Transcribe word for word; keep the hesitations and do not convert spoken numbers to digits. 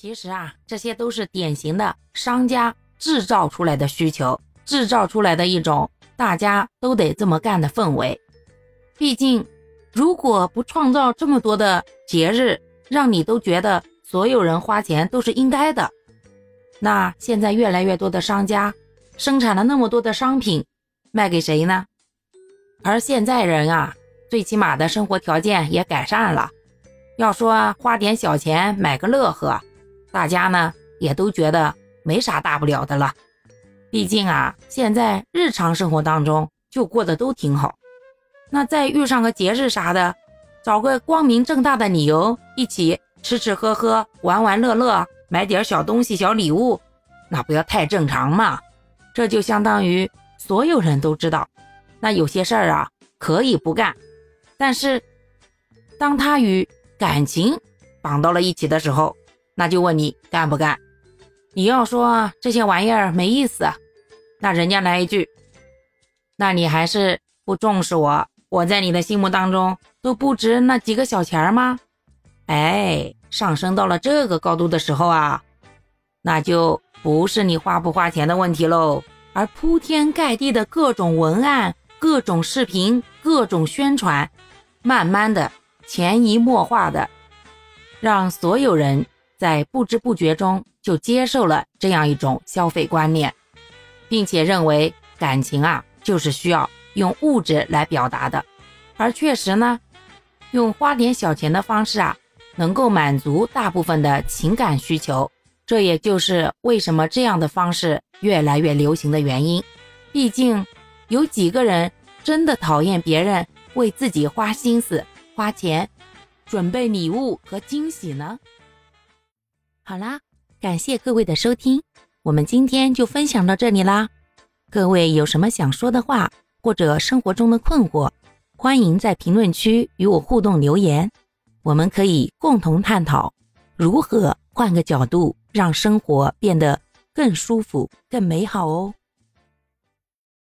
其实啊，这些都是典型的商家制造出来的需求，制造出来的一种大家都得这么干的氛围。毕竟如果不创造这么多的节日，让你都觉得所有人花钱都是应该的，那现在越来越多的商家生产了那么多的商品，卖给谁呢？而现在人啊，最起码的生活条件也改善了，要说花点小钱买个乐呵，大家呢也都觉得没啥大不了的了。毕竟啊，现在日常生活当中就过得都挺好，那再遇上个节日啥的，找个光明正大的理由，一起吃吃喝喝，玩玩乐乐，买点小东西小礼物，那不要太正常嘛。这就相当于所有人都知道，那有些事儿啊可以不干，但是当它与感情绑到了一起的时候，那就问你干不干。你要说这些玩意儿没意思，那人家来一句，那你还是不重视我，我在你的心目当中都不值那几个小钱吗？哎，上升到了这个高度的时候啊，那就不是你花不花钱的问题喽，而铺天盖地的各种文案、各种视频、各种宣传，慢慢的潜移默化的让所有人在不知不觉中就接受了这样一种消费观念，并且认为感情啊就是需要用物质来表达的。而确实呢，用花点小钱的方式啊，能够满足大部分的情感需求，这也就是为什么这样的方式越来越流行的原因。毕竟有几个人真的讨厌别人为自己花心思花钱准备礼物和惊喜呢？好啦，感谢各位的收听，我们今天就分享到这里啦。各位有什么想说的话，或者生活中的困惑，欢迎在评论区与我互动留言，我们可以共同探讨如何换个角度让生活变得更舒服更美好哦。